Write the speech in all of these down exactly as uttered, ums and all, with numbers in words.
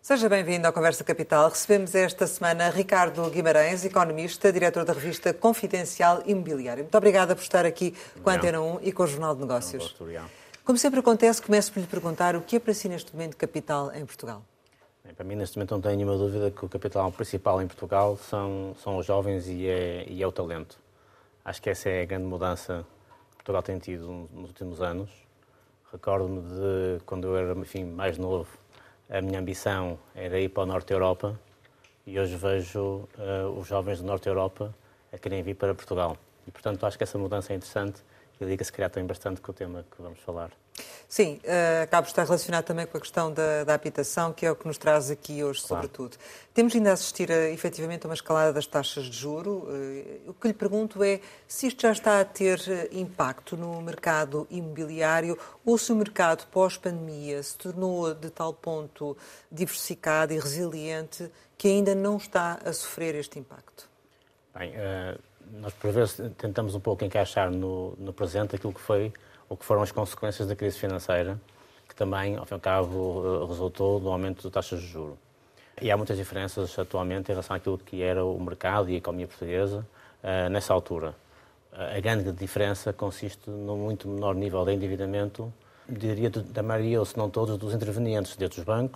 Seja bem-vindo à Conversa Capital. Recebemos esta semana Ricardo Guimarães, economista, diretor da revista Confidencial Imobiliário. Muito obrigada por estar aqui com a Antena um e com o Jornal de Negócios. Como sempre acontece, começo por lhe perguntar o que é para si neste momento capital em Portugal? Bem, para mim, neste momento, não tenho nenhuma dúvida que o capital principal em Portugal são, são os jovens e é, e é o talento. Acho que essa é a grande mudança que Portugal tem tido nos últimos anos. Recordo-me de quando eu era, enfim, mais novo, a minha ambição era ir para o Norte da Europa e hoje vejo uh, os jovens do Norte da Europa a querem vir para Portugal. E, portanto, acho que essa mudança é interessante e liga-se, se calhar, também bastante com o tema que vamos falar. Sim, uh, acaba de estar relacionado também com a questão da, da habitação, que é o que nos traz aqui hoje, Claro. sobretudo. Temos ainda a assistir, a, efetivamente, a uma escalada das taxas de juro. Uh, o que lhe pergunto é se isto já está a ter impacto no mercado imobiliário ou se o mercado pós-pandemia se tornou de tal ponto diversificado e resiliente que ainda não está a sofrer este impacto. Bem, uh, nós, por vezes, tentamos um pouco encaixar no, no presente aquilo que foi o que foram as consequências da crise financeira, que também, ao fim e ao cabo, resultou do aumento das taxas de juros. E há muitas diferenças atualmente em relação àquilo que era o mercado e a economia portuguesa uh, nessa altura. Uh, a grande diferença consiste no muito menor nível de endividamento, diria, da maioria, ou se não todos, dos intervenientes, desde os bancos,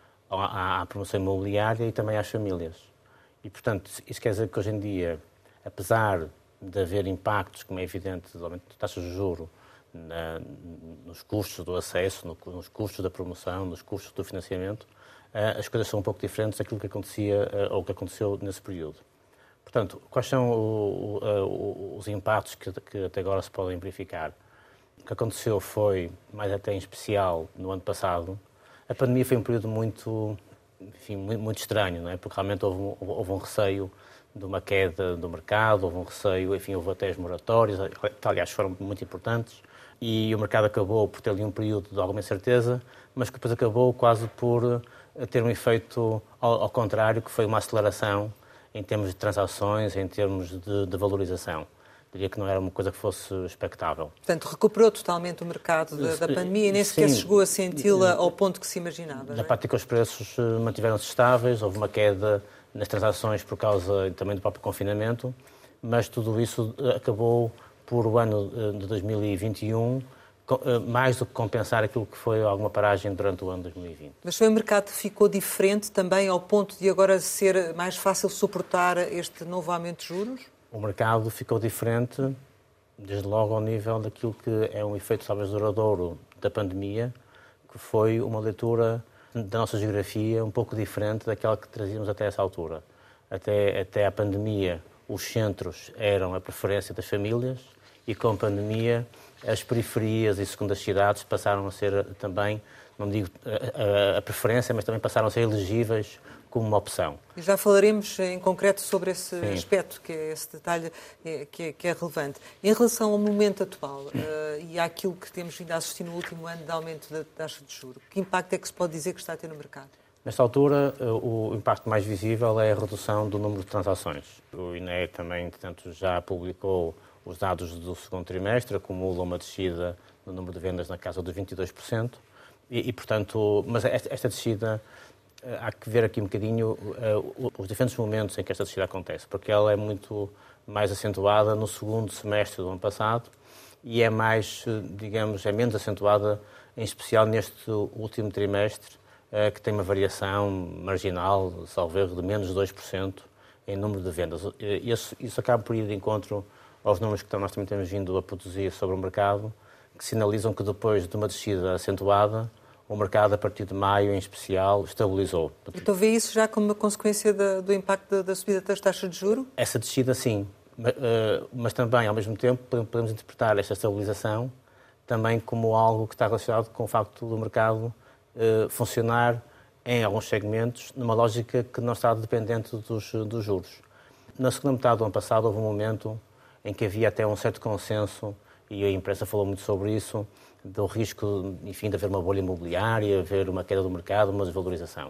à, à promoção imobiliária e também às famílias. E, portanto, isso quer dizer que hoje em dia, apesar de haver impactos, como é evidente, do aumento das taxas de juros, Na, nos custos do acesso, no, nos custos da promoção, nos custos do financiamento, uh, as coisas são um pouco diferentes daquilo que acontecia uh, ou que aconteceu nesse período. Portanto, quais são o, o, os impactos que, que até agora se podem verificar? O que aconteceu foi, mais até em especial, no ano passado, a pandemia foi um período muito, enfim, muito, muito estranho, não é? Porque realmente houve um, houve um receio de uma queda do mercado, houve um receio, enfim, houve até as moratórias, aliás, foram muito importantes, e o mercado acabou por ter ali um período de alguma incerteza, mas que depois acabou quase por ter um efeito ao, ao contrário, que foi uma aceleração em termos de transações, em termos de, de valorização. Diria que não era uma coisa que fosse expectável. Portanto, recuperou totalmente o mercado da, da pandemia e nem sequer Sim, chegou a senti-la ao ponto que se imaginava. Na prática, os preços mantiveram-se estáveis, houve uma queda nas transações por causa também do próprio confinamento, mas tudo isso acabou por o ano de dois mil e vinte e um, mais do que compensar aquilo que foi alguma paragem durante o ano de dois mil e vinte. Mas o mercado ficou diferente também ao ponto de agora ser mais fácil suportar este novo aumento de juros? O mercado ficou diferente, desde logo ao nível daquilo que é um efeito talvez duradouro da pandemia, que foi uma leitura da nossa geografia um pouco diferente daquela que trazíamos até essa altura. Até, até a pandemia, os centros eram a preferência das famílias e, com a pandemia, as periferias e segundas cidades passaram a ser também, não digo a, a, a preferência, mas também passaram a ser elegíveis como uma opção. E já falaremos em concreto sobre esse Sim. aspecto, que é esse detalhe que é, que é relevante. Em relação ao momento atual uh, e àquilo que temos vindo a assistir no último ano de aumento da taxa de juros, que impacto é que se pode dizer que está a ter no mercado? Nesta altura, o impacto mais visível é a redução do número de transações. O I N E também, portanto, já publicou os dados do segundo trimestre, acumula uma descida no número de vendas na casa dos vinte e dois por cento. E, e portanto, mas esta, esta descida, há que ver aqui um bocadinho uh, os diferentes momentos em que esta descida acontece, porque ela é muito mais acentuada no segundo semestre do ano passado e é mais, digamos, é menos acentuada, em especial neste último trimestre, uh, que tem uma variação marginal, salvo erro, de menos de dois por cento em número de vendas. Isso, isso acaba por ir de encontro aos números que nós também temos vindo a produzir sobre o mercado, que sinalizam que depois de uma descida acentuada, o mercado, a partir de maio, em especial, estabilizou. Então vê isso já como uma consequência da, do impacto da, da subida das taxas de juros? Essa descida, sim. Mas, uh, mas também, ao mesmo tempo, podemos interpretar esta estabilização também como algo que está relacionado com o facto do mercado uh, funcionar em alguns segmentos numa lógica que não está dependente dos, dos juros. Na segunda metade do ano passado, houve um momento em que havia até um certo consenso, e a imprensa falou muito sobre isso, do risco, enfim, de haver uma bolha imobiliária, haver uma queda do mercado, uma desvalorização.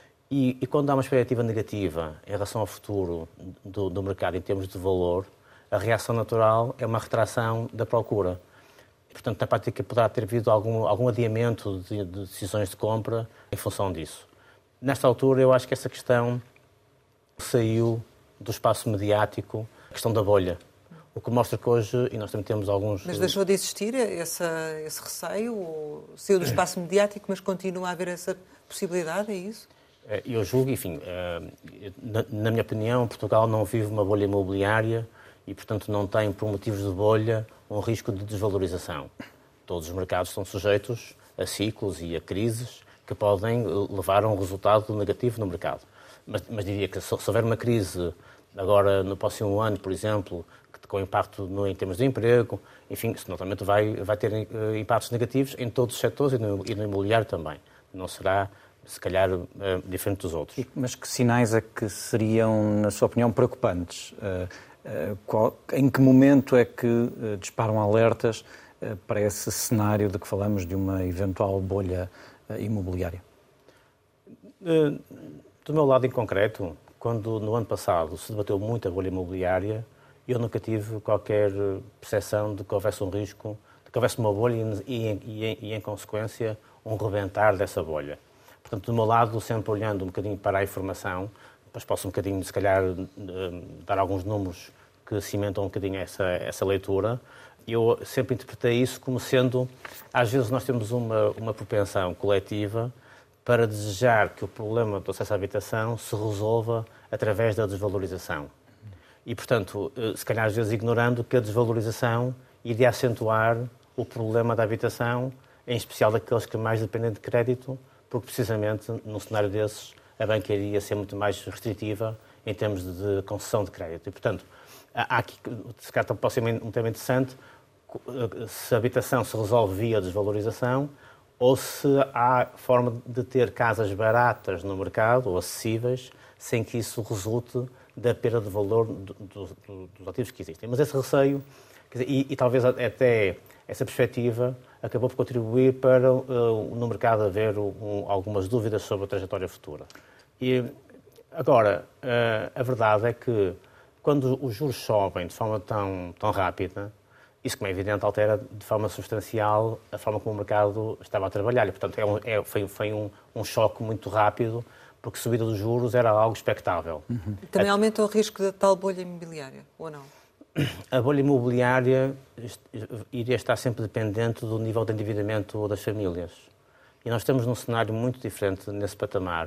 E, e quando há uma expectativa negativa em relação ao futuro do, do mercado em termos de valor, a reação natural é uma retração da procura. Portanto, na prática, poderá ter havido algum, algum adiamento de, de decisões de compra em função disso. Nesta altura, eu acho que essa questão saiu do espaço mediático, a questão da bolha. O que mostra que hoje, e nós também temos alguns... Mas deixou de existir essa, esse receio? Ou saiu do espaço mediático, mas continua a haver essa possibilidade, é isso? Eu julgo, enfim, na minha opinião, Portugal não vive uma bolha imobiliária e, portanto, não tem, por motivos de bolha, um risco de desvalorização. Todos os mercados estão sujeitos a ciclos e a crises que podem levar a um resultado negativo no mercado. Mas, mas diria que se, se houver uma crise agora no próximo ano, por exemplo, que, com impacto no, em termos de emprego, enfim, isso naturalmente vai, vai ter uh, impactos negativos em todos os setores e no, e no imobiliário também. Não será, se calhar, uh, diferente dos outros. E, mas que sinais é que seriam, na sua opinião, preocupantes? Uh, uh, qual, em que momento é que uh, disparam alertas uh, para esse cenário de que falamos de uma eventual bolha uh, imobiliária? Uh, do meu lado em concreto, quando no ano passado se debateu muito a bolha imobiliária, eu nunca tive qualquer percepção de que houvesse um risco, de que houvesse uma bolha e, e, e em consequência, um rebentar dessa bolha. Portanto, do meu lado, sempre olhando um bocadinho para a informação, depois posso um bocadinho, se calhar, dar alguns números que cimentam um bocadinho essa, essa leitura. Eu sempre interpretei isso como sendo, às vezes nós temos uma, uma propensão coletiva para desejar que o problema do acesso à habitação se resolva através da desvalorização. E, portanto, se calhar às vezes ignorando que a desvalorização iria acentuar o problema da habitação, em especial daqueles que mais dependem de crédito, porque precisamente num cenário desses a banca iria ser muito mais restritiva em termos de concessão de crédito. E, portanto, há aqui, se calhar pode ser um tema interessante, se a habitação se resolve via desvalorização, ou se há forma de ter casas baratas no mercado, ou acessíveis, sem que isso resulte da perda de valor do, do, do, dos ativos que existem. Mas esse receio, quer dizer, e, e talvez até essa perspectiva, acabou por contribuir para uh, no mercado haver um, algumas dúvidas sobre a trajetória futura. E agora, uh, a verdade é que quando os juros sobem de forma tão, tão rápida, isso, como é evidente, altera de forma substancial a forma como o mercado estava a trabalhar. E, portanto, é um, é, foi, foi um, um choque muito rápido, porque a subida dos juros era algo expectável. Uhum. Também aumenta o risco da tal bolha imobiliária, ou não? A bolha imobiliária iria estar sempre dependente do nível de endividamento das famílias. E nós estamos num cenário muito diferente nesse patamar,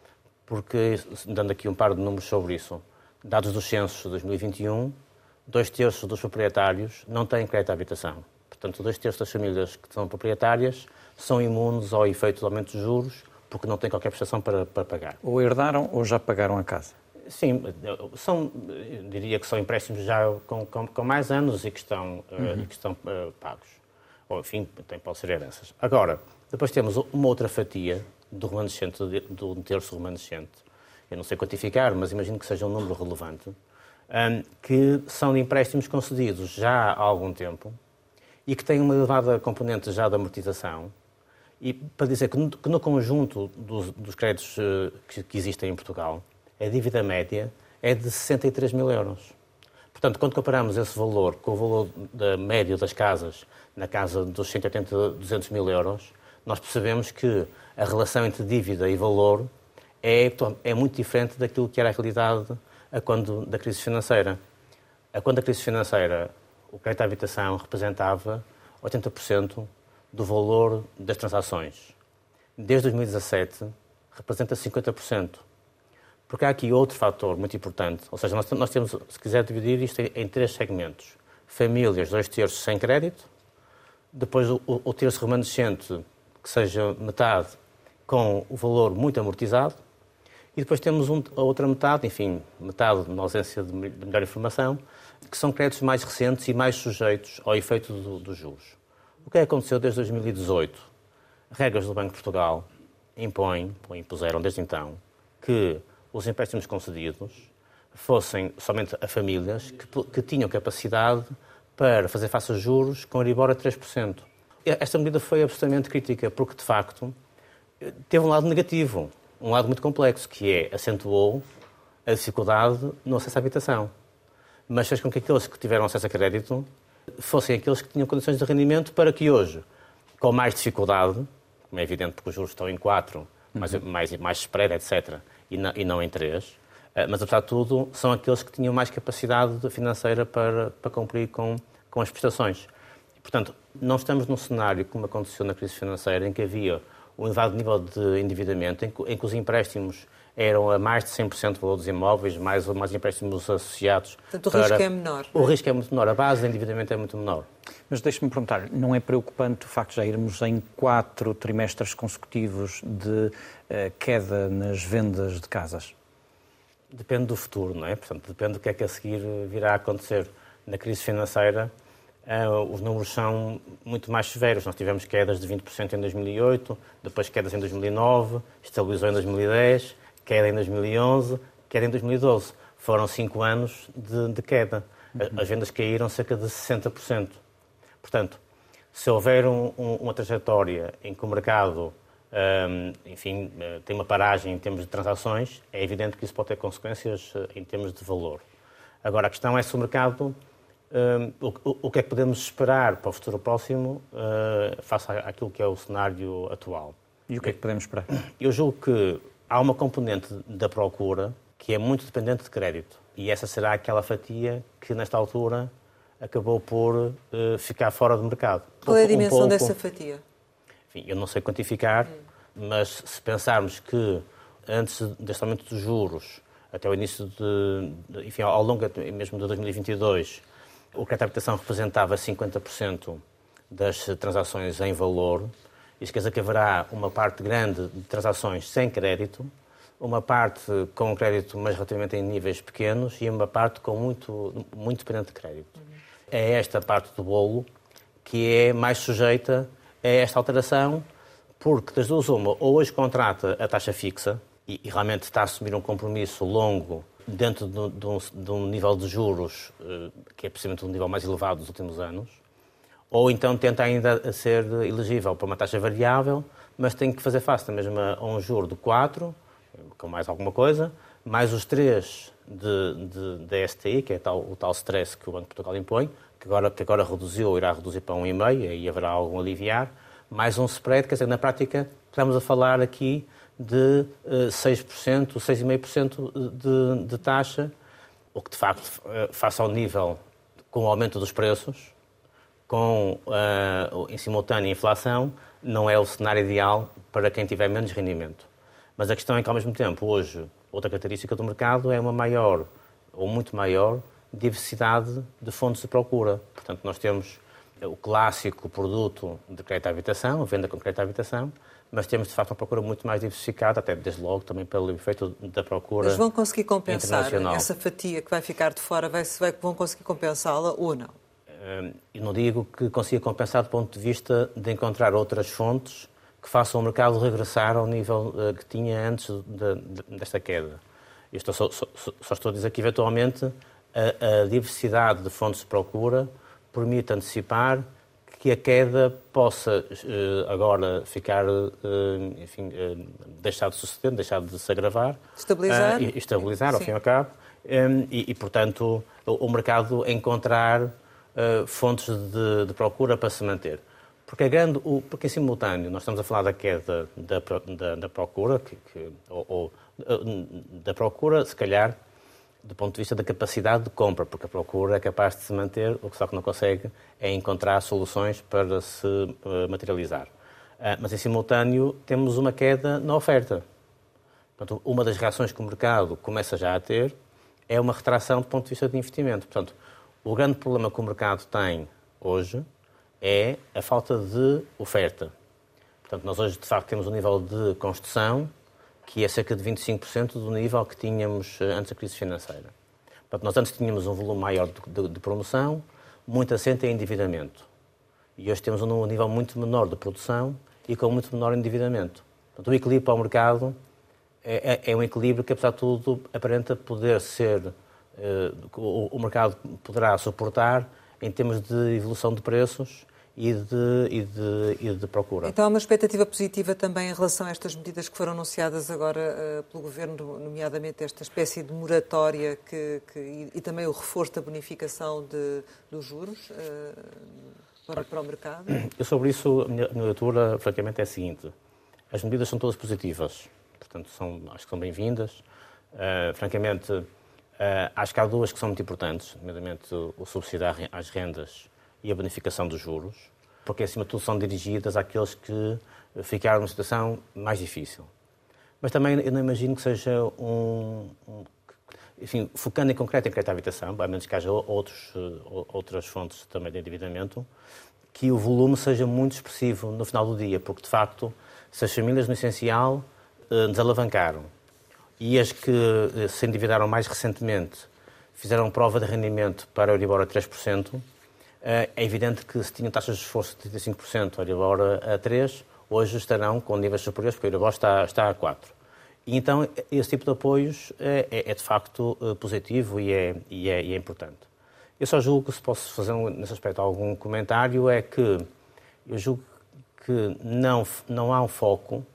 porque, dando aqui um par de números sobre isso, dados dos censos de dois mil e vinte e um, dois terços dos proprietários não têm crédito à habitação. Portanto, dois terços das famílias que são proprietárias são imunes ao efeito do aumento de juros, porque não têm qualquer prestação para, para pagar. Ou herdaram ou já pagaram a casa? Sim, são, diria que são empréstimos já com, com, com mais anos e que estão, uhum. uh, e que estão uh, pagos. Ou, enfim, tem, pode ser heranças. Agora, depois temos uma outra fatia do remanescente, do um terço remanescente. Eu não sei quantificar, mas imagino que seja um número relevante, um, que são de empréstimos concedidos já há algum tempo e que têm uma elevada componente já de amortização. E para dizer que no, que no conjunto dos, dos créditos uh, que, que existem em Portugal, a dívida média é de sessenta e três mil euros. Portanto, quando comparamos esse valor com o valor da médio das casas, na casa dos cento e oitenta, duzentos mil euros, nós percebemos que a relação entre dívida e valor é, é muito diferente daquilo que era a realidade a quando da crise financeira. A quando da crise financeira, o crédito à habitação representava oitenta por cento do valor das transações. Desde dois mil e dezassete, representa cinquenta por cento. Porque há aqui outro fator muito importante, ou seja, nós, nós temos, se quiser dividir isto em, em três segmentos. Famílias, dois terços sem crédito, depois o, o, o terço remanescente, que seja metade, com o valor muito amortizado, e depois temos um, a outra metade, enfim, metade na ausência de, de melhor informação, que são créditos mais recentes e mais sujeitos ao efeito do, dos juros. O que aconteceu desde dois mil e dezoito? Regras do Banco de Portugal impõem, ou impuseram desde então, que os empréstimos concedidos fossem somente a famílias que, que tinham capacidade para fazer face a juros com Euribor a três por cento. Esta medida foi absolutamente crítica, porque, de facto, teve um lado negativo, um lado muito complexo, que é, acentuou a dificuldade no acesso à habitação. Mas fez com que aqueles que tiveram acesso a crédito fossem aqueles que tinham condições de rendimento para que hoje, com mais dificuldade, como é evidente porque os juros estão em quatro, mais, mais, mais spread, etcétera, e não, e não em três. Mas, apesar de tudo, são aqueles que tinham mais capacidade financeira para, para cumprir com, com as prestações. E, portanto, não estamos num cenário, como aconteceu na crise financeira, em que havia um elevado nível de endividamento, em que, em que os empréstimos eram a mais de cem por cento do valor dos imóveis, mais ou mais empréstimos associados. Portanto, o para... risco é menor. O risco é muito menor, a base de endividamento é muito menor. Mas deixe-me perguntar, não é preocupante o facto de já irmos em quatro trimestres consecutivos de uh, queda nas vendas de casas? Depende do futuro, não é? Portanto, depende do que é que a seguir virá a acontecer. Na crise financeira, uh, os números são muito mais severos. Nós tivemos quedas de vinte por cento em dois mil e oito, depois quedas em dois mil e nove, estabilizou em dois mil e dez, queda em dois mil e onze, queda em dois mil e doze. Foram cinco anos de, de queda. Uhum. As vendas caíram cerca de sessenta por cento. Portanto, se houver um, um, uma trajetória em que o mercado Um, enfim, tem uma paragem em termos de transações, é evidente que isso pode ter consequências em termos de valor. Agora, a questão é se o mercado, um, o, o que é que podemos esperar para o futuro próximo uh, face àquilo que é o cenário atual. E o que é que podemos esperar? Eu julgo que há uma componente da procura que é muito dependente de crédito, e essa será aquela fatia que, nesta altura, acabou por uh, ficar fora do mercado. Qual é a um dimensão pouco... dessa fatia? Enfim, eu não sei quantificar, mas se pensarmos que antes deste aumento dos juros, até o início de, de enfim, ao longo mesmo de dois mil e vinte e dois, o crédito à habitação representava cinquenta por cento das transações em valor. Isso quer dizer que haverá uma parte grande de transações sem crédito, uma parte com crédito, mas relativamente em níveis pequenos, e uma parte com muito, muito dependente de crédito. Uhum. É esta parte do bolo que é mais sujeita a esta alteração, porque das duas uma, ou hoje contrata a taxa fixa e, e realmente está a assumir um compromisso longo dentro de, de, um, de um nível de juros uh, que é precisamente um nível mais elevado dos últimos anos, ou então tenta ainda ser elegível para uma taxa variável, mas tem que fazer face mesmo a um juro de quatro, com mais alguma coisa, mais os três de, de, de S T I, que é tal, o tal stress que o Banco de Portugal impõe, que agora, que agora reduziu ou irá reduzir para um vírgula cinco, e haverá algum aliviar, mais um spread, quer dizer, na prática estamos a falar aqui de uh, seis por cento, seis vírgula cinco por cento de, de taxa, o que de facto, uh, face ao nível, com o aumento dos preços, com uh, em simultâneo a inflação, não é o cenário ideal para quem tiver menos rendimento. Mas a questão é que, ao mesmo tempo, hoje, outra característica do mercado é uma maior, ou muito maior, diversidade de fontes de procura. Portanto, nós temos o clássico produto de crédito à habitação, a venda com crédito à habitação, mas temos, de facto, uma procura muito mais diversificada, até desde logo também pelo efeito da procura internacional. Mas vão conseguir compensar essa fatia que vai ficar de fora, vai, vai, vão conseguir compensá-la ou não? Eu não digo que consiga compensar do ponto de vista de encontrar outras fontes que façam o mercado regressar ao nível que tinha antes de, de, desta queda. Eu estou, só, só, só estou a dizer que, eventualmente, a, a diversidade de fontes de procura permite antecipar que a queda possa uh, agora ficar, uh, enfim, uh, deixar de suceder, deixar de se agravar. Estabilizar. Uh, e estabilizar, ao fim e ao cabo. Um, e, e, portanto, o, o mercado encontrar uh, fontes de, de procura para se manter. Porque, a grande, o, porque, em simultâneo, nós estamos a falar da queda da, da, da procura, que, que, ou, ou da procura, se calhar, do ponto de vista da capacidade de compra, porque a procura é capaz de se manter, o que só que não consegue é encontrar soluções para se materializar. Mas, em simultâneo, temos uma queda na oferta. Portanto, uma das reações que o mercado começa já a ter é uma retração do ponto de vista de investimento. Portanto, o grande problema que o mercado tem hoje é a falta de oferta. Portanto, nós hoje, de facto, temos um nível de construção que é cerca de vinte e cinco por cento do nível que tínhamos antes da crise financeira. Portanto, nós antes tínhamos um volume maior de, de, de promoção, muito assente em endividamento. E hoje temos um nível muito menor de produção e com muito menor endividamento. Portanto, o equilíbrio para o mercado é, é, é um equilíbrio que, apesar de tudo, aparenta poder ser... Eh, o, o mercado poderá suportar em termos de evolução de preços e de, e, de, e de procura. Então há uma expectativa positiva também em relação a estas medidas que foram anunciadas agora uh, pelo Governo, nomeadamente esta espécie de moratória que, que, e, e também o reforço da bonificação de, dos juros uh, para, para o mercado? Eu sobre isso, a minha, a minha leitura, francamente, é a seguinte. as medidas são todas positivas, portanto, são, acho que são bem-vindas. Uh, francamente, uh, acho que há duas que são muito importantes, nomeadamente o subsídio às rendas e a bonificação dos juros, porque, acima de tudo, são dirigidas àqueles que ficaram numa situação mais difícil. Mas também eu não imagino que seja um... um enfim, focando em concreto em crédito à habitação, a menos que haja outros, outras fontes também de endividamento, que o volume seja muito expressivo no final do dia, porque, de facto, se as famílias no essencial desalavancaram e as que se endividaram mais recentemente fizeram prova de rendimento para o Euribor a três por cento, é evidente que se tinham taxas de esforço de trinta e cinco por cento, o Euribor a três por cento, hoje estarão com níveis superiores, porque o Euribor está, está a quatro por cento. E então, esse tipo de apoios é, é, é de facto positivo e é, e, é, e é importante. Eu só julgo que, se posso fazer nesse aspecto algum comentário, é que eu julgo que não, não há um foco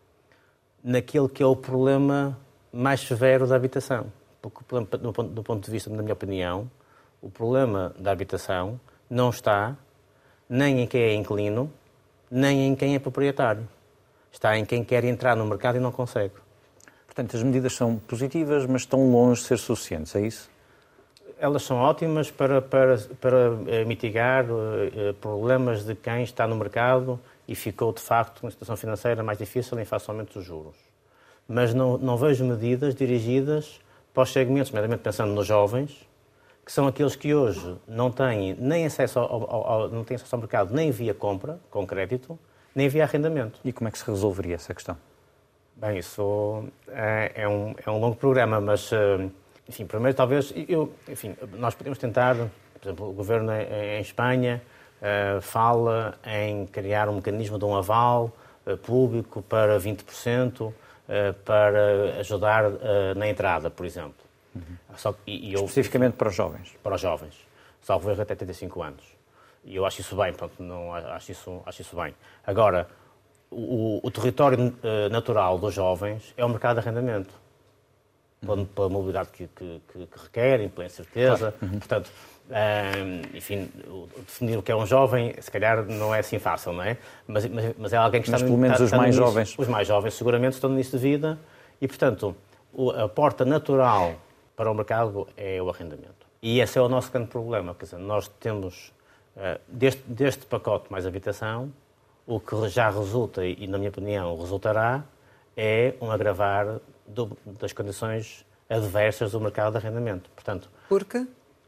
naquele que é o problema mais severo da habitação. Porque, do ponto, do ponto de vista, na minha opinião, o problema da habitação não está nem em quem é inquilino, nem em quem é proprietário. Está em quem quer entrar no mercado e não consegue. Portanto, as medidas são positivas, mas estão longe de ser suficientes, é isso? Elas são ótimas para, para, para mitigar problemas de quem está no mercado e ficou, de facto, numa situação financeira mais difícil em face ao aumento dos juros. Mas não, não vejo medidas dirigidas para os segmentos, meramente pensando nos jovens, que são aqueles que hoje não têm nem acesso ao, ao, ao, não têm acesso ao mercado nem via compra, com crédito, nem via arrendamento. E como é que se resolveria essa questão? Bem, isso é, é, um, é um longo programa, mas, enfim, primeiro talvez, eu, enfim, nós podemos tentar, por exemplo, o governo em, em Espanha uh, fala em criar um mecanismo de um aval uh, público para vinte por cento uh, para ajudar uh, na entrada, por exemplo. Uhum. Só, e, e eu, Especificamente para os jovens? Para os jovens, salvo erro até trinta e cinco anos. E eu acho isso bem, pronto, não, acho, isso, acho isso bem. Agora, o, o território uh, natural dos jovens é o mercado de arrendamento. Pela, pela mobilidade que, que, que requerem, pela incerteza. Claro. Uhum. Portanto, um, enfim, definir o que é um jovem, se calhar não é assim fácil, não é? Mas, mas, mas é alguém que está... Mas pelo menos está, os está mais início, jovens. Os mais jovens seguramente estão no início de vida e, portanto, a porta natural para o mercado é o arrendamento. E esse é o nosso grande problema. Quer dizer, nós temos, deste, deste pacote mais habitação, o que já resulta, e na minha opinião resultará, é um agravar do, das condições adversas do mercado de arrendamento. Portanto, por quê?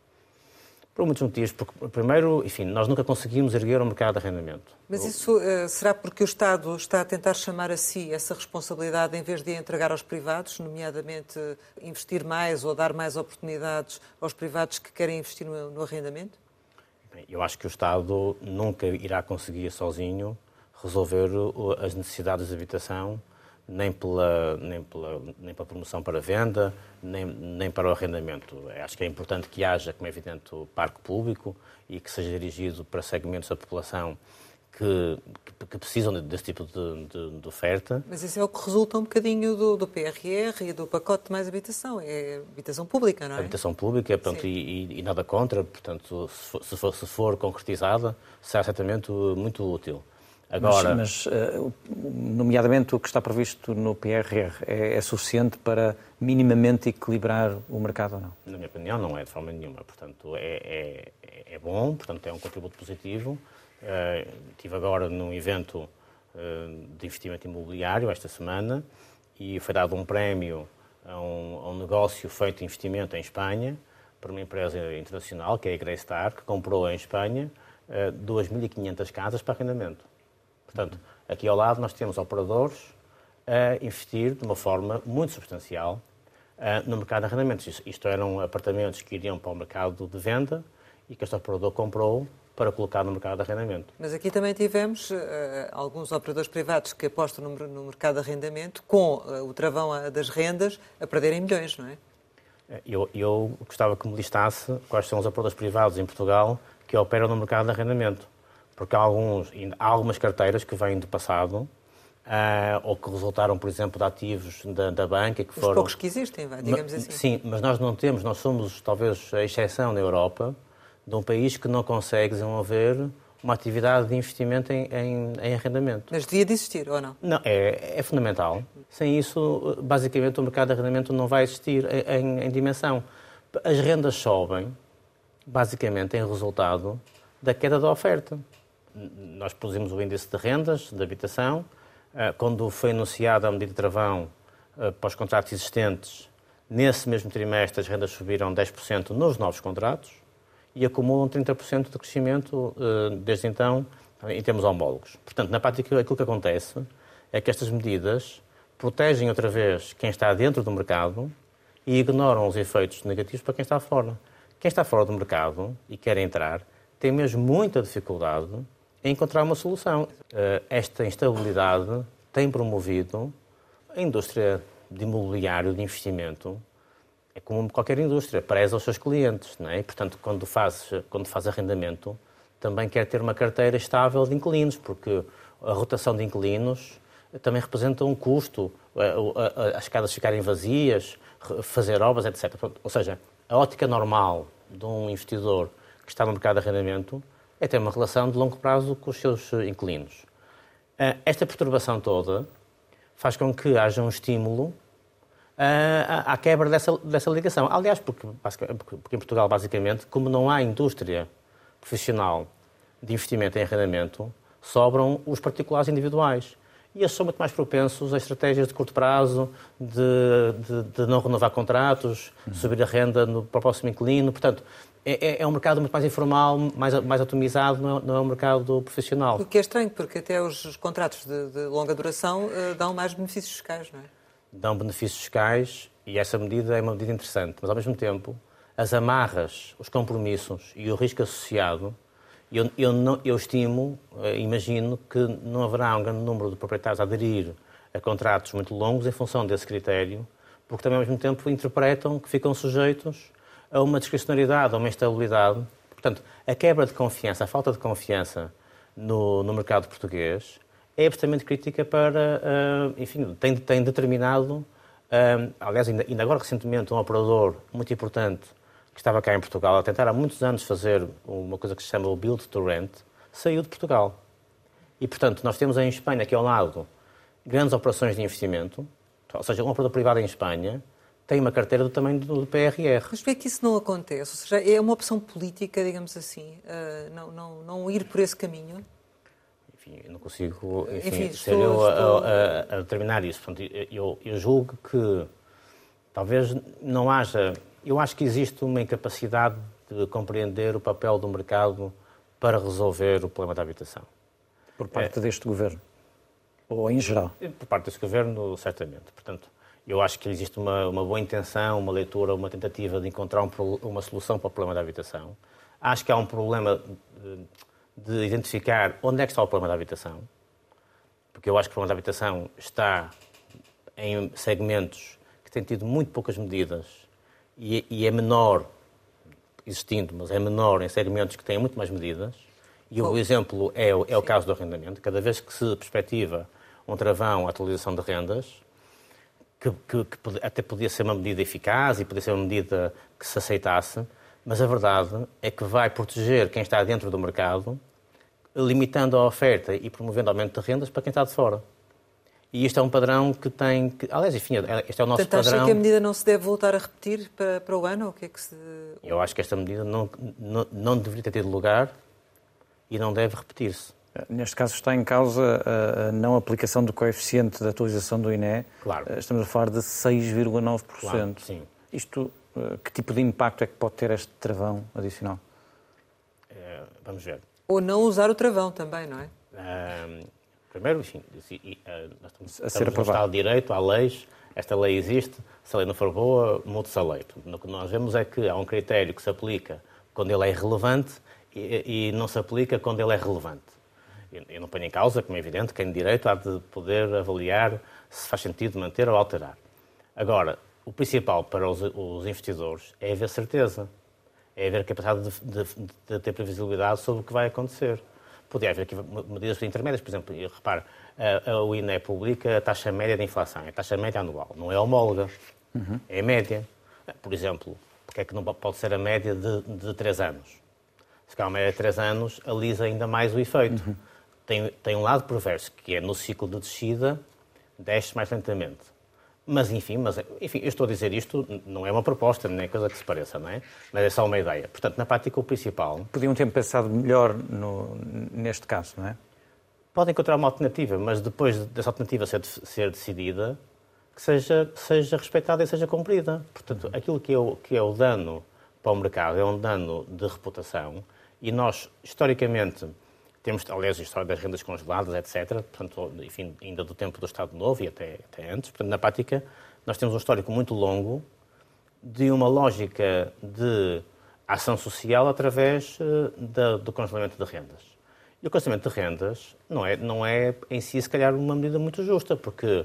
Por muitos motivos. Porque, primeiro, enfim, nós nunca conseguimos erguer o mercado de arrendamento. Mas isso uh, será porque o Estado está a tentar chamar a si essa responsabilidade em vez de a entregar aos privados, nomeadamente uh, investir mais ou dar mais oportunidades aos privados que querem investir no, no arrendamento? Bem, eu acho que o Estado nunca irá conseguir sozinho resolver as necessidades de habitação, nem pela, nem pela, nem pela promoção para venda, nem, nem para o arrendamento. Acho que é importante que haja, como é evidente, o parque público e que seja dirigido para segmentos da população que, que, que precisam desse tipo de, de, de oferta. Mas isso é o que resulta um bocadinho do, do P R R e do pacote de mais habitação. É habitação pública, não é? Habitação pública, portanto, e, e nada contra. Portanto, se for, se for, se for concretizada, será certamente muito útil. Agora... Mas, mas, nomeadamente, o que está previsto no P R R é, é suficiente para minimamente equilibrar o mercado ou não? Na minha opinião, não é de forma nenhuma. Portanto, é, é, é bom, portanto, é um contributo positivo. Uh, estive agora num evento uh, de investimento imobiliário esta semana e foi dado um prémio a um, a um negócio feito de investimento em Espanha por uma empresa internacional, que é a Greystar, que comprou em Espanha uh, duas mil e quinhentas casas para arrendamento. Portanto, aqui ao lado nós temos operadores a investir de uma forma muito substancial uh, no mercado de arrendamentos. Isto, isto eram apartamentos que iriam para o mercado de venda e que este operador comprou para colocar no mercado de arrendamento. Mas aqui também tivemos uh, alguns operadores privados que apostam no, no mercado de arrendamento com uh, o travão das rendas a perderem milhões, não é? Eu, eu gostava que me listasse quais são os operadores privados em Portugal que operam no mercado de arrendamento. Porque há, alguns, há algumas carteiras que vêm do passado uh, ou que resultaram, por exemplo, de ativos da, da banca. Que Os foram... poucos que existem, digamos mas, assim. Sim, mas nós não temos, nós somos talvez a exceção na Europa de um país que não consegue desenvolver uma atividade de investimento em, em, em arrendamento. Mas devia de existir, ou não? Não, é, é fundamental. Sem isso, basicamente, o mercado de arrendamento não vai existir em, em dimensão. As rendas sobem, basicamente, em resultado da queda da oferta. Nós produzimos o índice de rendas de habitação. Quando foi anunciada a medida de travão para os contratos existentes, nesse mesmo trimestre as rendas subiram dez por cento nos novos contratos e acumulam trinta por cento de crescimento desde então em termos homólogos. Portanto, na prática, aquilo que acontece é que estas medidas protegem outra vez quem está dentro do mercado e ignoram os efeitos negativos para quem está fora. Quem está fora do mercado e quer entrar tem mesmo muita dificuldade em encontrar uma solução. Esta instabilidade tem promovido a indústria de imobiliário, de investimento, é como qualquer indústria, preza os seus clientes, não é? E, portanto, quando faz, quando faz arrendamento, também quer ter uma carteira estável de inquilinos, porque a rotação de inquilinos também representa um custo, as casas ficarem vazias, fazer obras, etcétera. Ou seja, a ótica normal de um investidor que está no mercado de arrendamento é ter uma relação de longo prazo com os seus inquilinos. Esta perturbação toda faz com que haja um estímulo à quebra dessa, dessa ligação. Aliás, porque, porque em Portugal, basicamente, como não há indústria profissional de investimento em arrendamento, sobram os particulares individuais. E eles são muito mais propensos a estratégias de curto prazo, de, de, de não renovar contratos, uhum. subir a renda no, para o próximo inquilino. Portanto, é, é um mercado muito mais informal, mais, mais atomizado, não é, não é um mercado profissional. O que é estranho, porque até os, os contratos de, de longa duração uh, dão mais benefícios fiscais, não é? Dão benefícios fiscais e essa medida é uma medida interessante. Mas, ao mesmo tempo, as amarras, os compromissos e o risco associado, eu, eu, não, eu estimo, imagino que não haverá um grande número de proprietários a aderir a contratos muito longos em função desse critério, porque também, ao mesmo tempo, interpretam que ficam sujeitos a uma discricionariedade, a uma instabilidade. Portanto, a quebra de confiança, a falta de confiança no, no mercado português é absolutamente crítica para, uh, enfim, tem, tem determinado, uh, aliás, ainda, ainda agora recentemente, um operador muito importante que estava cá em Portugal a tentar há muitos anos fazer uma coisa que se chama o Build to Rent, saiu de Portugal. E, portanto, nós temos em Espanha, aqui ao lado, grandes operações de investimento, ou seja, um operador privado em Espanha tem uma carteira do tamanho do P R R. Mas por que é que isso não acontece? Ou seja, é uma opção política, digamos assim, uh, não, não, não ir por esse caminho? Enfim, eu não consigo enfim, enfim, ser estou, eu estou... a, a, a determinar isso. Portanto, eu, eu julgo que talvez não haja... Eu acho que existe uma incapacidade de compreender o papel do mercado para resolver o problema da habitação. Por parte é, deste governo? Ou em geral? Por parte deste governo, certamente. Portanto, eu acho que existe uma, uma boa intenção, uma leitura, uma tentativa de encontrar um, uma solução para o problema da habitação. Acho que há um problema de, de identificar onde é que está o problema da habitação, porque eu acho que o problema da habitação está em segmentos que têm tido muito poucas medidas e, e é menor, existindo, mas é menor em segmentos que têm muito mais medidas. E o exemplo é, é o caso do arrendamento. Cada vez que se perspectiva um travão à atualização de rendas, que, que, que até podia ser uma medida eficaz e podia ser uma medida que se aceitasse, mas a verdade é que vai proteger quem está dentro do mercado, limitando a oferta e promovendo aumento de rendas para quem está de fora. E isto é um padrão que tem... Que, aliás, enfim, este é o nosso Portanto, padrão... acha que a medida não se deve voltar a repetir para, para o ano? Ou o que é que se... Eu acho que esta medida não, não, não deveria ter tido lugar e não deve repetir-se. Neste caso está em causa a não aplicação do coeficiente de atualização do I N E. Claro. Estamos a falar de seis vírgula nove por cento. Claro, sim. Isto, que tipo de impacto é que pode ter este travão adicional? É, vamos ver. Ou não usar o travão também, não é? Um, primeiro, enfim, nós estamos, a ser estamos no Estado de Direito, há leis, esta lei existe, se a lei não for boa, muda-se a lei. O que nós vemos é que há um critério que se aplica quando ele é irrelevante e, e não se aplica quando ele é relevante. Eu não ponho em causa, como é evidente, quem de direito há de poder avaliar se faz sentido manter ou alterar. Agora, o principal para os, os investidores é haver certeza, é haver capacidade de, de, de ter previsibilidade sobre o que vai acontecer. Podia haver aqui medidas intermédias, por exemplo, repare, a, a, o I N E publica a taxa média de inflação, é a taxa média anual, não é homóloga, uhum. é a média. Por exemplo, porque é que não pode ser a média de, de três anos? se calhar uma média de três anos, alisa ainda mais o efeito. Uhum. Tem, tem um lado perverso, que é no ciclo de descida, desce mais lentamente. Mas, enfim, mas, enfim, eu estou a dizer isto, não é uma proposta, nem é coisa que se pareça, não é? Mas é só uma ideia. Portanto, na prática, o principal... Podiam ter pensado melhor no, neste caso, não é? Podem encontrar uma alternativa, mas depois dessa alternativa ser, ser decidida, que seja, seja respeitada e seja cumprida. Portanto, aquilo que é, o, que é o dano para o mercado é um dano de reputação e nós, historicamente... Temos, aliás, a história das rendas congeladas, etcétera. Portanto, enfim, ainda do tempo do Estado Novo e até, até antes. Portanto, na prática, nós temos um histórico muito longo de uma lógica de ação social através uh, da, do congelamento de rendas. E o congelamento de rendas não é, não é em si, se calhar, uma medida muito justa, porque uh,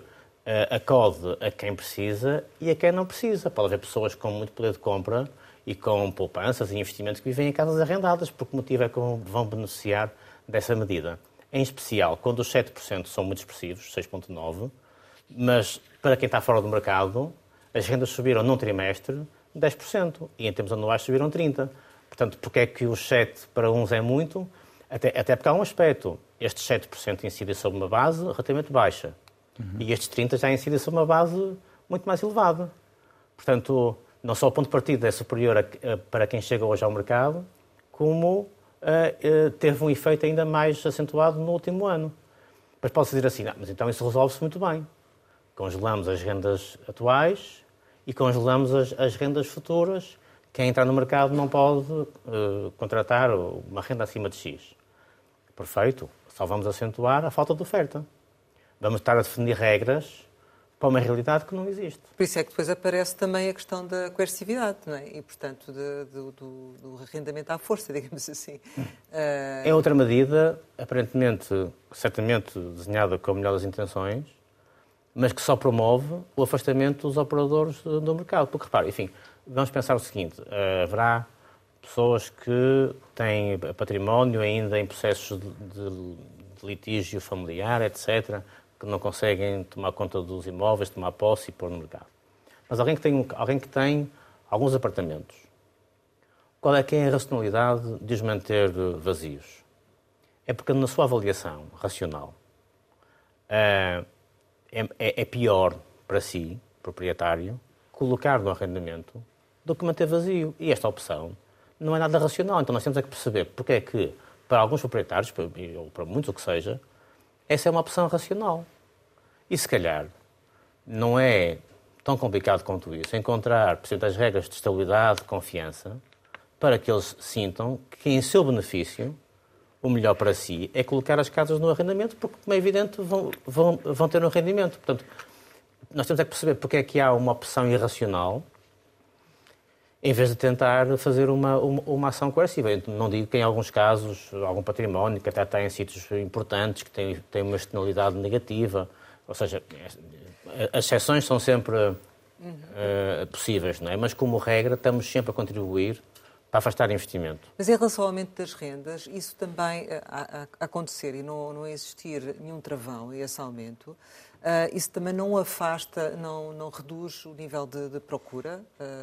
acode a quem precisa e a quem não precisa. Pode haver pessoas com muito poder de compra e com poupanças e investimentos que vivem em casas arrendadas, porque o motivo é que vão beneficiar dessa medida. Em especial, quando os sete por cento são muito expressivos, seis vírgula nove por cento, mas para quem está fora do mercado, as rendas subiram num trimestre dez por cento e em termos anuais subiram trinta por cento. Portanto, porque é que os sete para uns é muito? Até, até porque há um aspecto. Estes sete por cento incidem sobre uma base relativamente baixa. Uhum. E estes trinta por cento já incidem sobre uma base muito mais elevada. Portanto, não só o ponto de partida é superior a, a, para quem chega hoje ao mercado, como... Uh, uh, teve um efeito ainda mais acentuado no último ano. Mas pode-se dizer assim, não, mas então isso resolve-se muito bem. Congelamos as rendas atuais e congelamos as, as rendas futuras. Quem entrar no mercado não pode uh, contratar uma renda acima de X. Perfeito. Só vamos acentuar a falta de oferta. Vamos estar a definir regras para uma realidade que não existe. Por isso é que depois aparece também a questão da coercividade, não é? E, portanto, de, do, do, do arrendamento à força, digamos assim. Uh... É outra medida, aparentemente, certamente desenhada com a melhor das intenções, mas que só promove o afastamento dos operadores do mercado. Porque, repare, enfim, vamos pensar o seguinte, uh, haverá pessoas que têm património ainda em processos de, de, de litígio familiar, etcétera, que não conseguem tomar conta dos imóveis, tomar posse e pôr no mercado. Mas alguém que tem, alguém que tem alguns apartamentos, qual é que é a racionalidade de os manter vazios? É porque na sua avaliação racional é, é, é pior para si, proprietário, colocar no arrendamento do que manter vazio. E esta opção não é nada racional. Então nós temos é que perceber porque é que, para alguns proprietários, ou para muitos o que seja, essa é uma opção racional. E, se calhar, não é tão complicado quanto isso encontrar, por exemplo, as regras de estabilidade, de confiança, para que eles sintam que, em seu benefício, o melhor para si é colocar as casas no arrendamento, porque, como é evidente, vão, vão, vão ter um rendimento. Portanto, nós temos é que perceber porque é que há uma opção irracional em vez de tentar fazer uma, uma, uma ação coerciva. Eu não digo que em alguns casos, algum património que até está em sítios importantes, que tem, tem uma externalidade negativa, ou seja, as exceções são sempre uhum. uh, possíveis, não é? Mas como regra estamos sempre a contribuir para afastar investimento. Mas em relação ao aumento das rendas, isso também a, a, a acontecer e não, não existir nenhum travão a esse aumento, uh, isso também não afasta, não, não reduz o nível de, de procura?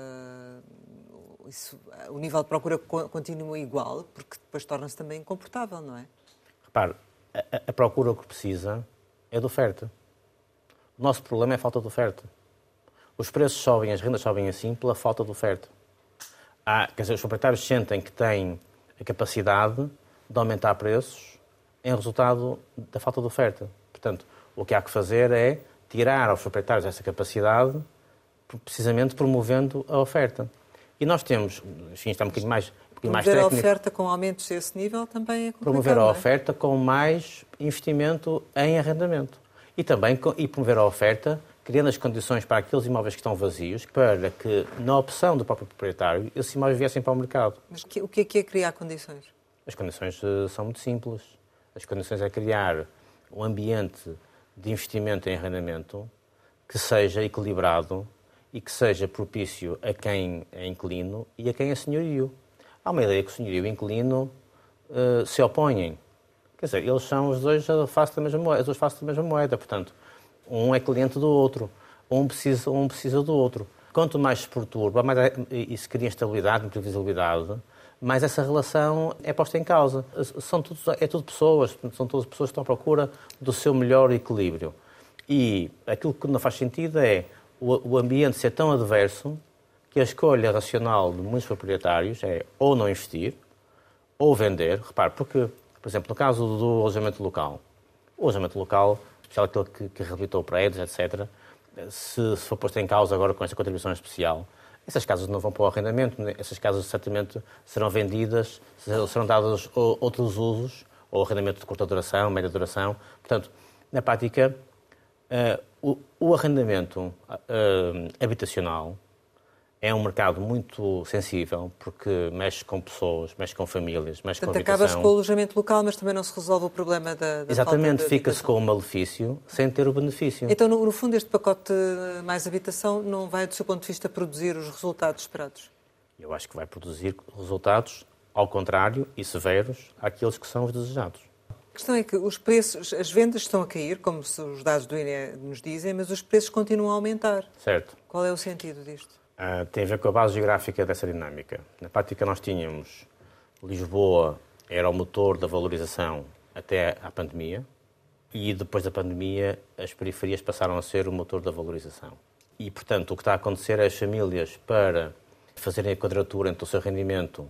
Uh, isso, o nível de procura continua igual, porque depois torna-se também incomportável, não é? Repare, a, a procura o que precisa é de oferta. O nosso problema é a falta de oferta. Os preços sobem, as rendas sobem assim pela falta de oferta. Há, quer dizer, os proprietários sentem que têm a capacidade de aumentar preços em resultado da falta de oferta. Portanto, o que há que fazer é tirar aos proprietários essa capacidade, precisamente promovendo a oferta. E nós temos, enfim, está um bocadinho mais, um bocadinho mais técnico. Promover a oferta com aumentos a esse nível também é complicado. Promover a oferta com mais investimento em arrendamento. E também e promover a oferta criando as condições para aqueles imóveis que estão vazios, para que, na opção do próprio proprietário, esses imóveis viessem para o mercado. Mas que, o que é que é criar condições? As condições uh, são muito simples. As condições é criar um ambiente de investimento em arrendamento que seja equilibrado e que seja propício a quem é inquilino e a quem é senhorio. Há uma ideia que o senhorio e o inquilino uh, se opõem. Quer dizer, eles são os dois a face da mesma moeda, as duas faces da mesma moeda, portanto, um é cliente do outro, um precisa, um precisa do outro. Quanto mais se perturba, mais é, e se cria instabilidade, imprevisibilidade, mais essa relação é posta em causa. São tudo, é tudo pessoas, são todas pessoas que estão à procura do seu melhor equilíbrio. E aquilo que não faz sentido é o, o ambiente ser tão adverso que a escolha racional de muitos proprietários é ou não investir, ou vender. Repare, porque, por exemplo, no caso do alojamento local, o alojamento local, especial aquele que, que reabilitou prédios, etcétera, se, se for posto em causa agora com esta contribuição especial, essas casas não vão para o arrendamento, essas casas certamente serão vendidas, serão dados outros usos, ou arrendamento de curta duração, média duração. Portanto, na prática, uh, o, o arrendamento uh, habitacional é um mercado muito sensível, porque mexe com pessoas, mexe com famílias, mexe Portanto, com habitação. acaba-se com o alojamento local, mas também não se resolve o problema da, da Exatamente, falta de fica-se habitação. com o malefício sem ter o benefício. Então, no, no fundo, este pacote mais habitação não vai, do seu ponto de vista, produzir os resultados esperados? Eu acho que vai produzir resultados, ao contrário, e severos, àqueles que são os desejados. A questão é que os preços, as vendas estão a cair, como os dados do I N E nos dizem, mas os preços continuam a aumentar. Certo. Qual é o sentido disto? Uh, tem a ver com a base geográfica dessa dinâmica. Na prática, nós tínhamos Lisboa, era o motor da valorização até à pandemia, e depois da pandemia as periferias passaram a ser o motor da valorização. E, portanto, o que está a acontecer é as famílias, para fazerem a quadratura entre o seu rendimento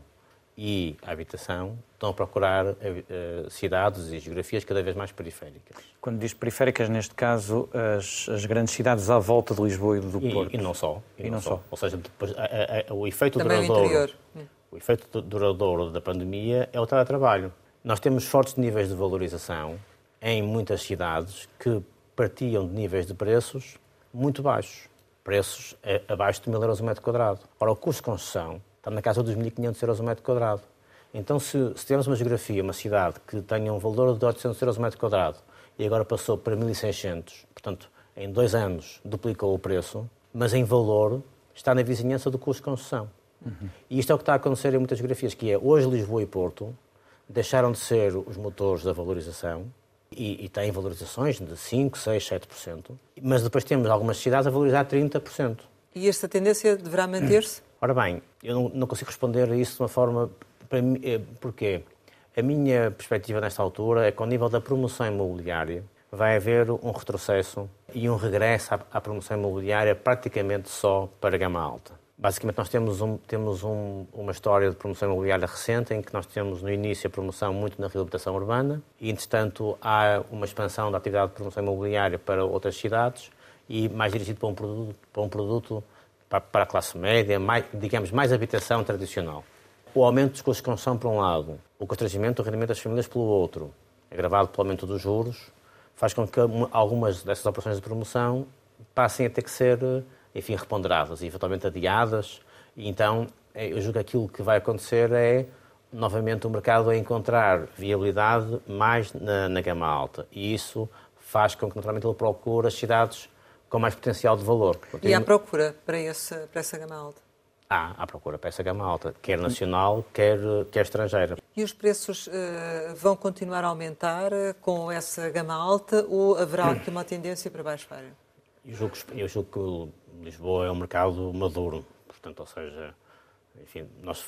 e a habitação, estão a procurar uh, cidades e geografias cada vez mais periféricas. Quando diz periféricas, neste caso, as, as grandes cidades à volta de Lisboa e do e, Porto. E não só. E, e não, não só. só. Ou seja, depois, a, a, o efeito Também duradouro... o interior. O efeito duradouro da pandemia é o teletrabalho. Nós temos fortes níveis de valorização em muitas cidades que partiam de níveis de preços muito baixos. Preços abaixo de mil euros o metro quadrado. Ora, o custo de construção está na casa dos mil e quinhentos euros o metro quadrado. Então, se, se temos uma geografia, uma cidade que tenha um valor de oitocentos euros o metro quadrado e agora passou para mil e seiscentos, portanto, em dois anos duplicou o preço, mas em valor está na vizinhança do custo de construção. Uhum. E isto é o que está a acontecer em muitas geografias, que é, hoje Lisboa e Porto deixaram de ser os motores da valorização e, e têm valorizações de cinco, seis, sete por cento, mas depois temos algumas cidades a valorizar trinta por cento. E esta tendência deverá manter-se? Ora bem, eu não, não consigo responder a isso de uma forma... Para mim, porquê? A minha perspectiva nesta altura é que, ao nível da promoção imobiliária, vai haver um retrocesso e um regresso à, à promoção imobiliária praticamente só para a gama alta. Basicamente, nós temos, um, temos um, uma história de promoção imobiliária recente em que nós temos, no início, a promoção muito na reabilitação urbana e, entretanto, há uma expansão da atividade de promoção imobiliária para outras cidades e mais dirigido para um produto, para, um produto, para, para a classe média, mais, digamos, mais habitação tradicional. O aumento dos custos de construção, por um lado, o constrangimento do rendimento das famílias, pelo outro, agravado pelo aumento dos juros, faz com que algumas dessas operações de promoção passem a ter que ser, enfim, reponderadas e eventualmente adiadas. E então, eu julgo que aquilo que vai acontecer é, novamente, o mercado a encontrar viabilidade mais na, na gama alta. E isso faz com que, naturalmente, ele procure as cidades com mais potencial de valor. E há procura para, esse, para essa gama alta? Há, há procura para essa gama alta, quer nacional, quer, quer estrangeira. E os preços uh, vão continuar a aumentar uh, com essa gama alta ou haverá aqui uma tendência para baixo? Eu julgo, eu julgo que Lisboa é um mercado maduro, portanto, ou seja, enfim, nós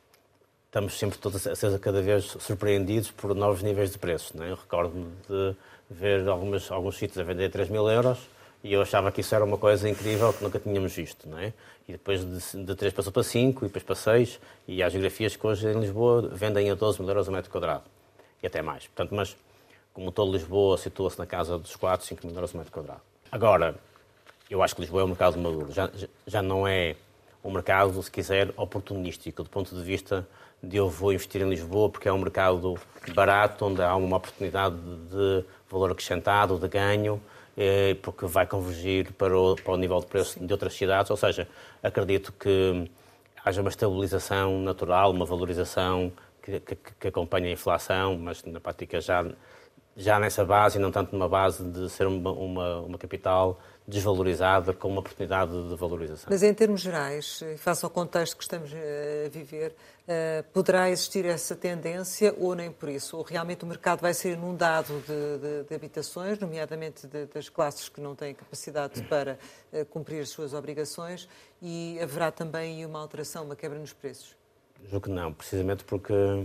estamos sempre todos a ser cada vez surpreendidos por novos níveis de preços, não é? Eu recordo-me de ver algumas, alguns sítios a vender três mil euros e eu achava que isso era uma coisa incrível que nunca tínhamos visto, não é? E depois de, de três passou para cinco, e depois para seis, e há geografias que hoje em Lisboa vendem a doze mil euros o metro quadrado, e até mais. Portanto, mas como todo Lisboa situa-se na casa dos quatro, cinco mil euros o metro quadrado. Agora, eu acho que Lisboa é um mercado maduro, já, já não é um mercado, se quiser, oportunístico, do ponto de vista de eu vou investir em Lisboa porque é um mercado barato, onde há uma oportunidade de valor acrescentado, de ganho, porque vai convergir para o, para o nível de preço Sim. de outras cidades. Ou seja, acredito que haja uma estabilização natural, uma valorização que, que, que acompanhe a inflação, mas na prática já, já nessa base, e não tanto numa base de ser uma, uma, uma capital desvalorizada com uma oportunidade de valorização. Mas em termos gerais, face ao contexto que estamos a viver, poderá existir essa tendência ou nem por isso? Ou realmente o mercado vai ser inundado de, de, de habitações, nomeadamente de, das classes que não têm capacidade para cumprir as suas obrigações, e haverá também uma alteração, uma quebra nos preços? Julgo que não, precisamente porque uh,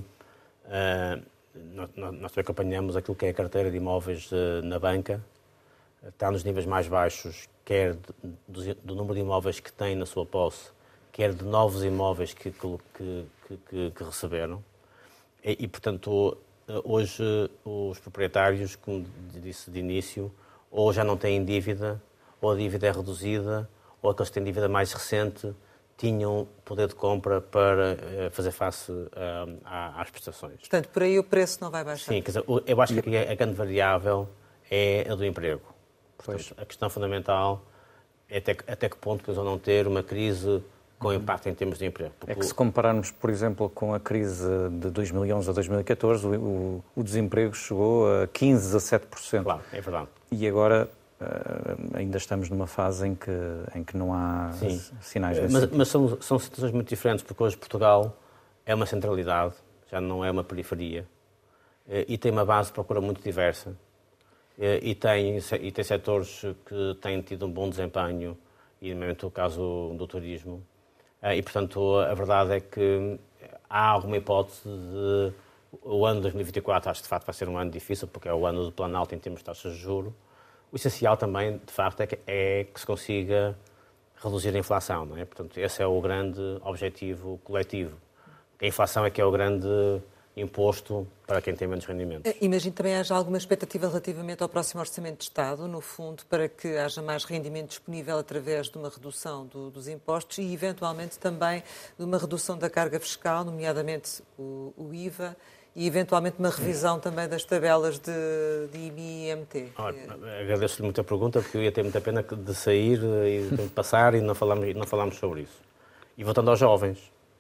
nós, nós também acompanhamos aquilo que é a carteira de imóveis uh, na banca, está nos níveis mais baixos, quer do, do número de imóveis que tem na sua posse, quer de novos imóveis que, que, que, que, que receberam. E, e, portanto, hoje os proprietários, como disse de início, ou já não têm dívida, ou a dívida é reduzida, ou aqueles que têm dívida mais recente tinham poder de compra para fazer face às prestações. Portanto, por aí o preço não vai baixar? Sim, quer dizer, eu acho que aqui a grande variável é a do emprego. Portanto, a questão fundamental é até, até que ponto podemos ou não ter uma crise com impacto em termos de emprego. Porque... É que se compararmos, por exemplo, com a crise de dois mil e onze a dois mil e catorze, o, o desemprego chegou a quinze, dezassete por cento. Claro, é verdade. E agora uh, ainda estamos numa fase em que, em que não há Sim. sinais desse Mas, tipo. mas são, são situações muito diferentes, porque hoje Portugal é uma centralidade, já não é uma periferia, e tem uma base de procura muito diversa. E tem, e tem setores que têm tido um bom desempenho, e no momento o caso do turismo. E, portanto, a verdade é que há alguma hipótese de o ano dois mil e vinte e quatro, acho que de facto vai ser um ano difícil, porque é o ano do plano alto em termos de taxas de juros. O essencial também, de facto, é que, é que se consiga reduzir a inflação, não é? Portanto, esse é o grande objetivo coletivo. A inflação é que é o grande imposto para quem tem menos rendimentos. Imagino também haja alguma expectativa relativamente ao próximo Orçamento de Estado, no fundo, para que haja mais rendimento disponível através de uma redução do, dos impostos e, eventualmente, também de uma redução da carga fiscal, nomeadamente o, o I V A, e, eventualmente, uma revisão também das tabelas de, de I M I e I M T. Olha, agradeço-lhe muito a pergunta, porque eu ia ter muita pena de sair e de passar e não falarmos, não falarmos sobre isso. E voltando aos jovens,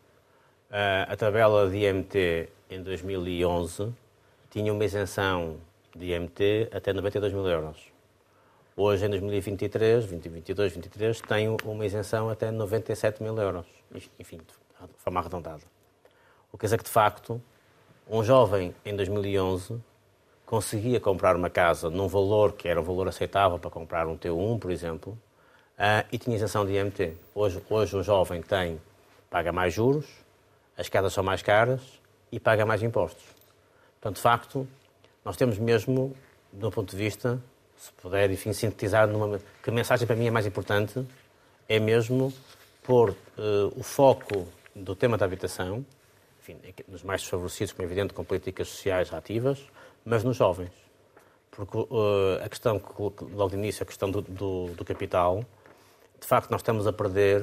a tabela de I M T em dois mil e onze tinha uma isenção de I M T até noventa e dois mil euros. Hoje, em dois mil e vinte e três, vinte e vinte e dois, vinte e três, tem uma isenção até noventa e sete mil euros. Enfim, de forma arredondada. O que quer dizer que, de facto, um jovem em dois mil e onze conseguia comprar uma casa num valor que era um valor aceitável para comprar um T um, por exemplo, e tinha isenção de I M T. Hoje, hoje um jovem tem, paga mais juros, as casas são mais caras e paga mais impostos. Portanto, de facto, nós temos mesmo, de um ponto de vista, se puder, enfim, sintetizar, numa, que a mensagem para mim é mais importante, é mesmo pôr uh, o foco do tema da habitação, enfim, nos mais desfavorecidos, como é evidente, com políticas sociais ativas, mas nos jovens. Porque uh, a questão, logo de início, a questão do, do, do capital, de facto, nós estamos a perder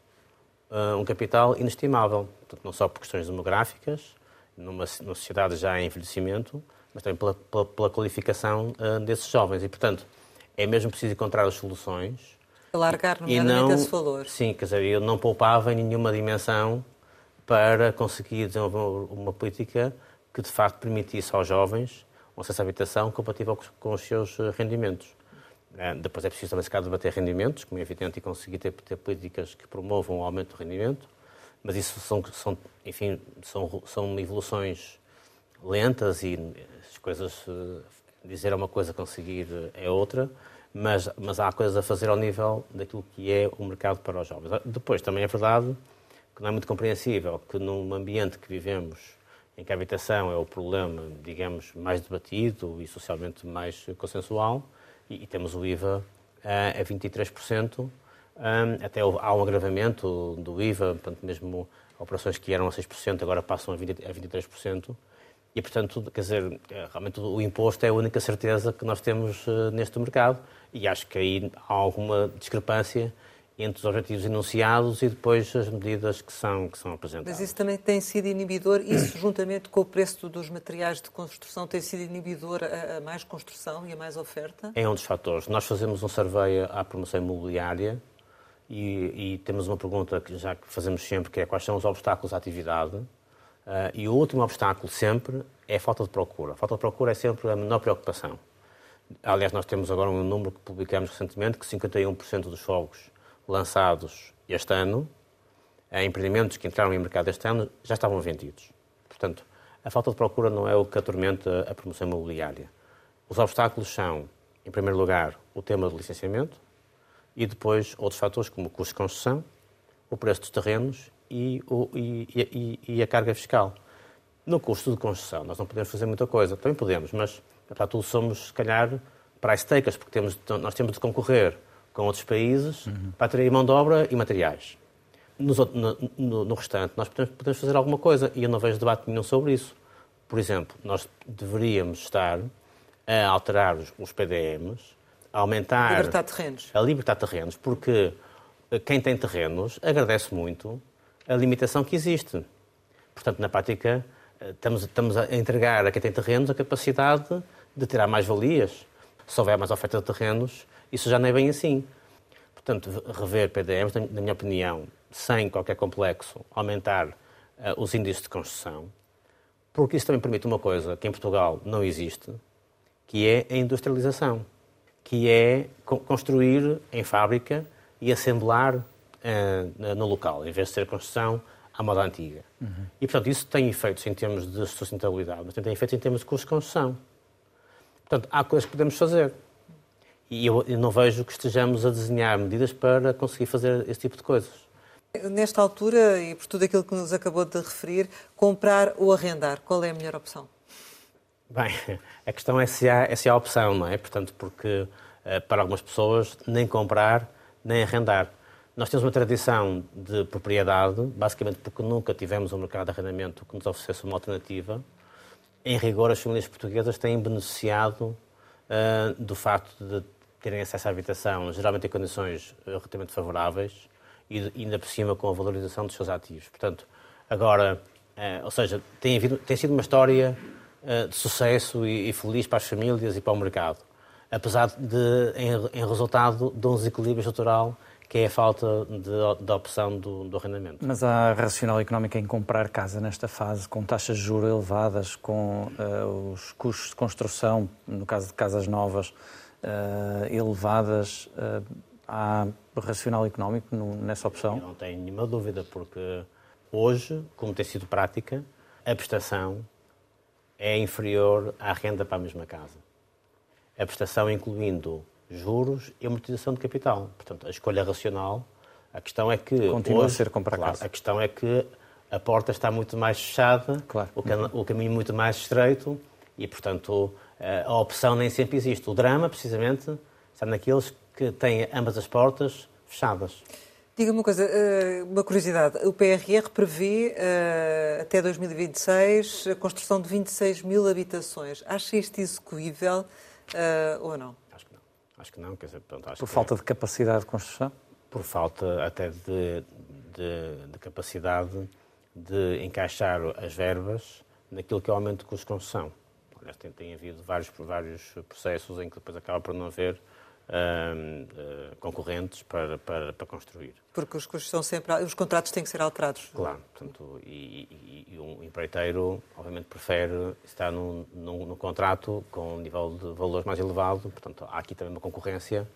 uh, um capital inestimável, portanto, não só por questões demográficas, numa, numa sociedade já em envelhecimento, mas também pela, pela, pela qualificação uh, desses jovens. E, portanto, é mesmo preciso encontrar as soluções. Alargar, nomeadamente, não, esse valor. Sim, quer dizer, eu não poupava em nenhuma dimensão para conseguir desenvolver uma política que, de facto, permitisse aos jovens um acesso à habitação compatível com os seus rendimentos. Uh, depois é preciso também, se calhar, debater rendimentos, como é evidente, e conseguir ter, ter políticas que promovam o aumento do rendimento. Mas isso são, são, enfim, são, são evoluções lentas e as coisas, dizer é uma coisa, conseguir é outra, mas, mas há coisas a fazer ao nível daquilo que é o mercado para os jovens. Depois, também é verdade que não é muito compreensível que num ambiente que vivemos, em que a habitação é o problema, digamos, mais debatido e socialmente mais consensual, e, e temos o I V A a, a vinte e três por cento, Um, até há um agravamento do I V A, portanto, mesmo operações que eram a seis por cento agora passam a, vinte, a vinte e três por cento. E, portanto, quer dizer, realmente o imposto é a única certeza que nós temos uh, neste mercado e acho que aí há alguma discrepância entre os objetivos enunciados e depois as medidas que são, que são apresentadas. Mas isso também tem sido inibidor, isso juntamente com o preço dos materiais de construção tem sido inibidor a, a mais construção e a mais oferta? É um dos fatores. Nós fazemos um survey à promoção imobiliária e, e temos uma pergunta que já fazemos sempre, que é quais são os obstáculos à atividade. Uh, e o último obstáculo sempre é a falta de procura. A falta de procura é sempre a menor preocupação. Aliás, nós temos agora um número que publicamos recentemente, que cinquenta e um por cento dos fogos lançados este ano, em empreendimentos que entraram em mercado este ano, já estavam vendidos. Portanto, a falta de procura não é o que atormenta a promoção imobiliária. Os obstáculos são, em primeiro lugar, o tema do licenciamento e depois outros fatores como o custo de construção, o preço dos terrenos e, o, e, e, e a carga fiscal. No custo de construção, nós não podemos fazer muita coisa. Também podemos, mas, para tudo, somos, se calhar, price takers, porque temos, nós temos de concorrer com outros países uhum. para atrair mão de obra e materiais. No, no, no restante, nós podemos, podemos fazer alguma coisa e eu não vejo debate nenhum sobre isso. Por exemplo, nós deveríamos estar a alterar os, os P D Ms, a aumentar... Libertar terrenos. A libertar terrenos, porque quem tem terrenos agradece muito a limitação que existe. Portanto, na prática, estamos, estamos a entregar a quem tem terrenos a capacidade de tirar mais valias. Se houver mais oferta de terrenos, isso já não é bem assim. Portanto, rever P D Ms, na minha opinião, sem qualquer complexo, aumentar uh, os índices de construção, porque isso também permite uma coisa que em Portugal não existe, que é a industrialização, que é co- construir em fábrica e assemblar uh, no local, em vez de ser construção à moda antiga. Uhum. E, portanto, isso tem efeitos em termos de sustentabilidade, mas também tem efeitos em termos de custo de construção. Portanto, há coisas que podemos fazer. E eu, eu não vejo que estejamos a desenhar medidas para conseguir fazer esse tipo de coisas. Nesta altura, e por tudo aquilo que nos acabou de referir, comprar ou arrendar, qual é a melhor opção? Bem, a questão é se há, é se há opção, não é? Portanto, porque para algumas pessoas nem comprar, nem arrendar. Nós temos uma tradição de propriedade, basicamente porque nunca tivemos um mercado de arrendamento que nos oferecesse uma alternativa. Em rigor, as famílias portuguesas têm beneficiado uh, do facto de terem acesso à habitação, geralmente em condições relativamente favoráveis, e ainda por cima com a valorização dos seus ativos. Portanto, agora, eh, ou seja, tem, havido, tem sido uma história eh, de sucesso e, e feliz para as famílias e para o mercado, apesar de, em, em resultado de um desequilíbrio estrutural que é a falta de, de opção do, do arrendamento. Mas há racional económica em comprar casa nesta fase, com taxas de juros elevadas, com uh, os custos de construção, no caso de casas novas, uh, elevadas. Uh, há racional económico nessa opção? Eu não tenho nenhuma dúvida, porque hoje, como tem sido prática, a prestação é inferior à renda para a mesma casa. A prestação incluindo juros e amortização de capital. Portanto, a escolha racional, a questão é que... Continua hoje, a ser comprar claro, casa. A questão é que a porta está muito mais fechada, claro. o, cam- o caminho muito mais estreito e, portanto, a opção nem sempre existe. O drama, precisamente, está naqueles que têm ambas as portas fechadas. Diga-me uma coisa, uma curiosidade. O P R R prevê até dois mil e vinte e seis a construção de vinte e seis mil habitações. Acha isto execuível ou não? Acho que não. Acho que não. Quer dizer, pronto, acho Por que falta é, de capacidade de construção? Por falta até de, de, de capacidade de encaixar as verbas naquilo que é o aumento de custos de construção. Aliás, tem, tem havido vários, vários processos em que depois acaba por não haver Uh, uh, concorrentes para, para, para construir. Porque os custos são sempre... Os contratos têm que ser alterados. Claro. Portanto, e, e, e um empreiteiro, obviamente, prefere estar num, num, num contrato com um nível de valores mais elevado. Portanto, há aqui também uma concorrência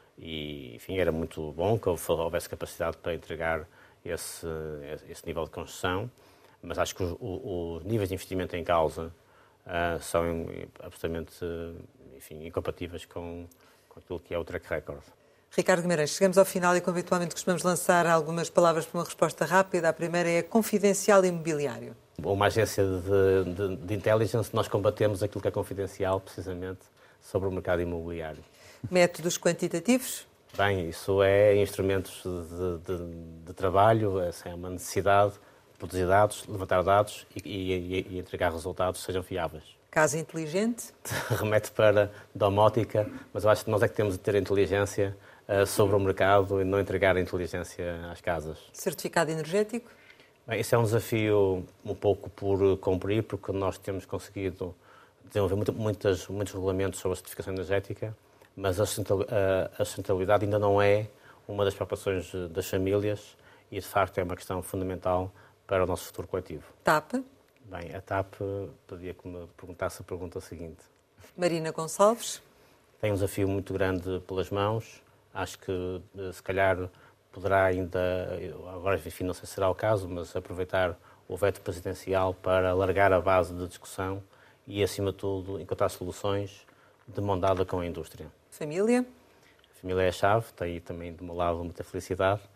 e, enfim, era muito bom que houvesse capacidade para entregar esse, esse nível de construção, mas acho que os, os níveis de investimento em causa uh, são absolutamente, enfim, incompatíveis com aquilo que é o track record. Ricardo Guimarães, chegamos ao final e, como habitualmente, costumamos lançar algumas palavras para uma resposta rápida. A primeira é confidencial imobiliário. Uma agência de, de, de intelligence, nós combatemos aquilo que é confidencial, precisamente, sobre o mercado imobiliário. Métodos quantitativos? Bem, isso é instrumentos de, de, de trabalho, essa é uma necessidade de produzir dados, levantar dados e, e, e entregar resultados que sejam fiáveis. Casa inteligente? Remete para domótica, mas eu acho que nós é que temos de ter inteligência uh, sobre o mercado e não entregar a inteligência às casas. Certificado energético? Bem, esse é um desafio um pouco por cumprir, porque nós temos conseguido desenvolver muito, muitas, muitos regulamentos sobre a certificação energética, mas a sustentabilidade ainda não é uma das preocupações das famílias e, de facto, é uma questão fundamental para o nosso futuro coletivo. T A P? Bem, a T A P podia que me perguntasse a pergunta seguinte. Marina Gonçalves? Tem um desafio muito grande pelas mãos. Acho que, se calhar, poderá ainda, agora, enfim, não sei se será o caso, mas aproveitar o veto presidencial para alargar a base de discussão e, acima de tudo, encontrar soluções de mão dada com a indústria. Família? A família é a chave, tem aí também, do meu lado, muita felicidade,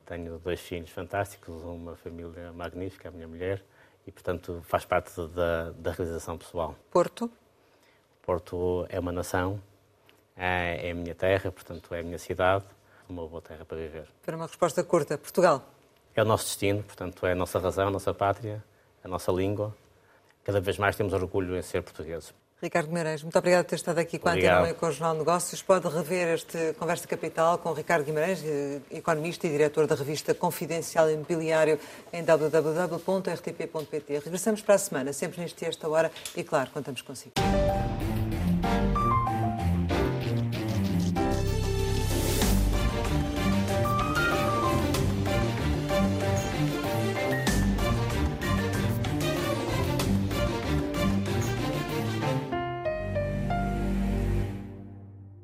tenho dois filhos fantásticos, uma família magnífica, a minha mulher, e, portanto, faz parte da, da realização pessoal. Porto? Porto é uma nação, é, é a minha terra, portanto, é a minha cidade, uma boa terra para viver. Para uma resposta curta, Portugal? É o nosso destino, portanto, é a nossa razão, a nossa pátria, a nossa língua. Cada vez mais temos orgulho em ser portugueses. Ricardo Guimarães, muito obrigado por ter estado aqui com a Antena um e com o Jornal de Negócios. Pode rever este Conversa Capital com Ricardo Guimarães, economista e diretor da revista Confidencial Imobiliário, em w w w ponto r t p ponto p t. Regressamos para a semana, sempre neste e esta hora, e claro, contamos consigo.